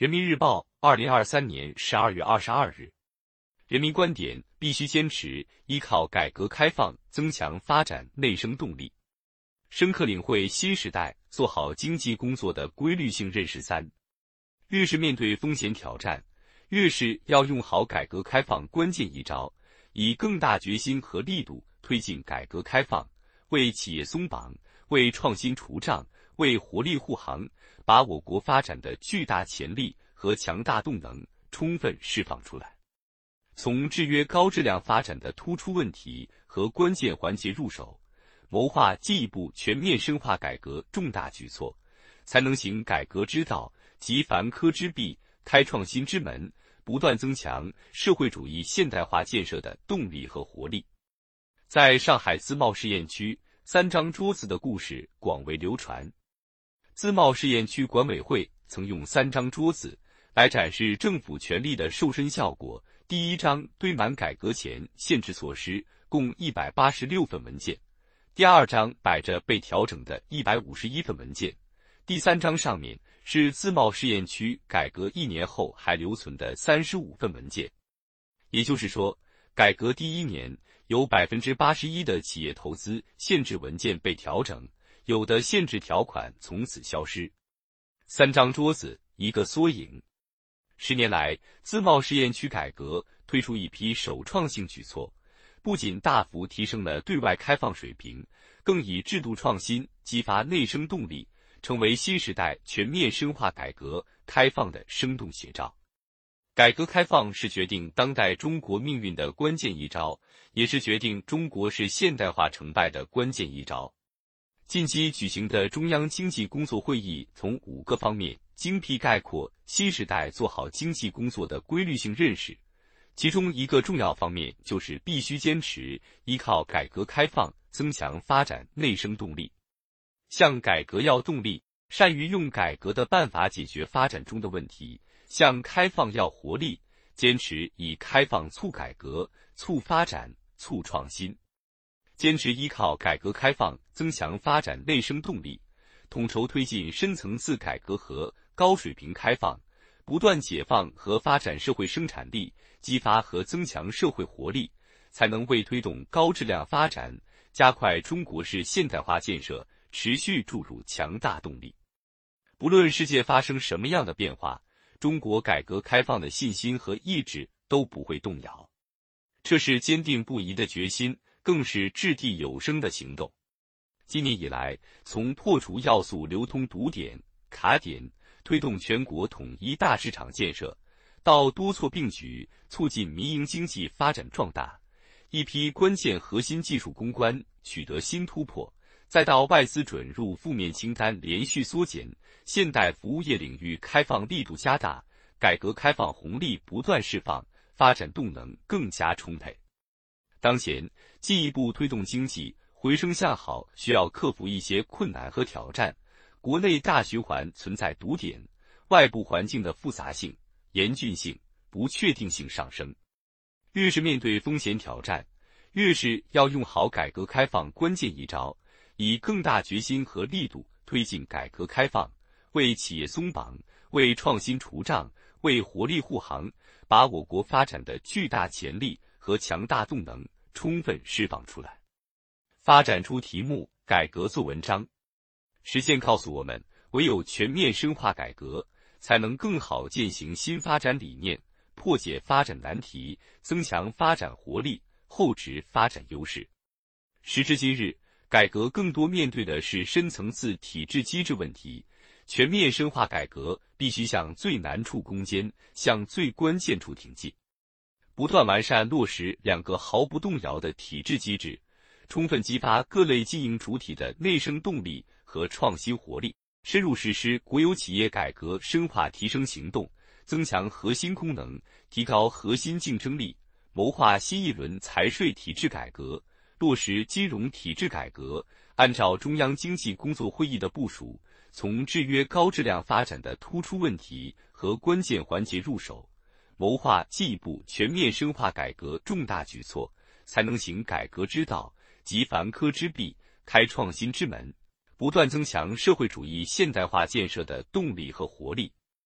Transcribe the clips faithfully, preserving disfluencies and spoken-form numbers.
人民日报，二零二三年十二月二十二日。人民观点：必须坚持依靠改革开放增强发展内生动力，深刻领会新时代做好经济工作的规律性认识。三，越是面对风险挑战，越是要用好改革开放关键一招，以更大决心和力度推进改革开放，为企业松绑，为创新除障，为活力护航，把我国发展的巨大潜力和强大动能充分释放出来。从制约高质量发展的突出问题和关键环节入手，谋划进一步全面深化改革重大举措，才能行改革之道，集繁科之弊，开创新之门，不断增强社会主义现代化建设的动力和活力。在上海自贸试验区，三张桌子的故事广为流传。自贸试验区管委会曾用三张桌子来展示政府权力的瘦身效果。第一张堆满改革前限制措施，共一百八十六份文件；第二张摆着被调整的一百五十一份文件；第三张上面是自贸试验区改革一年后还留存的三十五份文件。也就是说，改革第一年有 百分之八十一 的企业投资限制文件被调整，有的限制条款从此消失。三张桌子，一个缩影。十年来，自贸试验区改革推出一批首创性举措，不仅大幅提升了对外开放水平，更以制度创新激发内生动力，成为新时代全面深化改革开放的生动写照。改革开放是决定当代中国命运的关键一招，也是决定中国式现代化成败的关键一招。近期举行的中央经济工作会议从五个方面精辟概括新时代做好经济工作的规律性认识，其中一个重要方面就是必须坚持依靠改革开放增强发展内生动力。向改革要动力，善于用改革的办法解决发展中的问题；向开放要活力，坚持以开放促改革、促发展、促创新。坚持依靠改革开放增强发展内生动力，统筹推进深层次改革和高水平开放，不断解放和发展社会生产力，激发和增强社会活力，才能为推动高质量发展、加快中国式现代化建设持续注入强大动力。不论世界发生什么样的变化，中国改革开放的信心和意志都不会动摇。这是坚定不移的决心，更是掷地有声的行动。今年以来，从破除要素流通堵点、卡点，推动全国统一大市场建设，到多措并举，促进民营经济发展壮大，一批关键核心技术攻关取得新突破，再到外资准入负面清单连续缩减，现代服务业领域开放力度加大，改革开放红利不断释放，发展动能更加充沛。当前，进一步推动经济回升向好，需要克服一些困难和挑战。国内大循环存在堵点，外部环境的复杂性、严峻性、不确定性上升。越是面对风险挑战，越是要用好改革开放关键一招，以更大决心和力度推进改革开放，为企业松绑，为创新除障，为活力护航，把我国发展的巨大潜力和强大动能充分释放出来。发展出题目，改革做文章。实践告诉我们，唯有全面深化改革，才能更好践行新发展理念，破解发展难题，增强发展活力，厚植发展优势。时至今日，改革更多面对的是深层次体制机制问题，全面深化改革必须向最难处攻坚，向最关键处挺进。不断完善落实两个毫不动摇的体制机制，充分激发各类经营主体的内生动力和创新活力，深入实施国有企业改革深化提升行动，增强核心功能，提高核心竞争力，谋划新一轮财税体制改革，落实金融体制改革，按照中央经济工作会议的部署，从制约高质量发展的突出问题和关键环节入手，谋划进一步全面深化改革重大举措，才能行改革之道，集繁科之弊，开创新之门，不断增强社会主义现代化建设的动力和活力。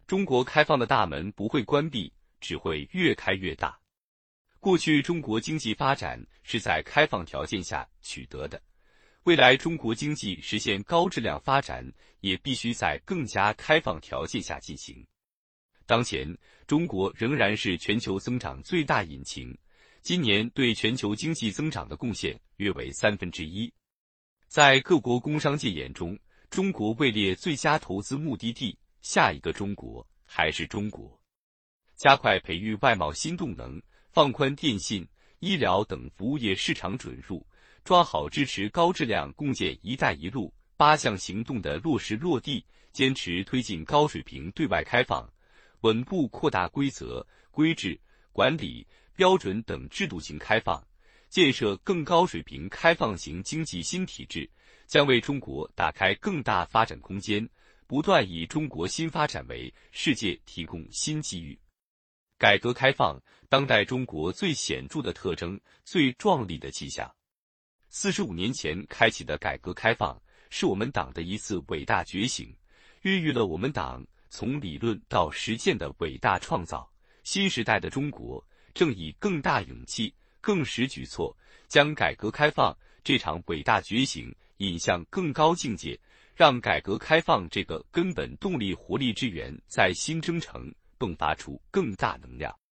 中国开放的大门不会关闭，只会越开越大。过去中国经济发展是在开放条件下取得的，未来中国经济实现高质量发展，也必须在更加开放条件下进行。当前，中国仍然是全球增长最大引擎，今年对全球经济增长的贡献约为三分之一。在各国工商界眼中，中国位列最佳投资目的地，下一个中国还是中国。加快培育外贸新动能，放宽电信、医疗等服务业市场准入，抓好支持高质量共建“一带一路”八项行动的落实落地，坚持推进高水平对外开放，稳步扩大规则、规制、管理、标准等制度性开放，建设更高水平开放型经济新体制，将为中国打开更大发展空间，不断以中国新发展为世界提供新机遇。改革开放，当代中国最显著的特征、最壮丽的气象。四十五年前开启的改革开放，是我们党的一次伟大觉醒，孕育了我们党从理论到实践的伟大创造。新时代的中国正以更大勇气、更实举措，将改革开放这场伟大觉醒引向更高境界，让改革开放这个根本动力活力之源在新征程迸发出更大能量。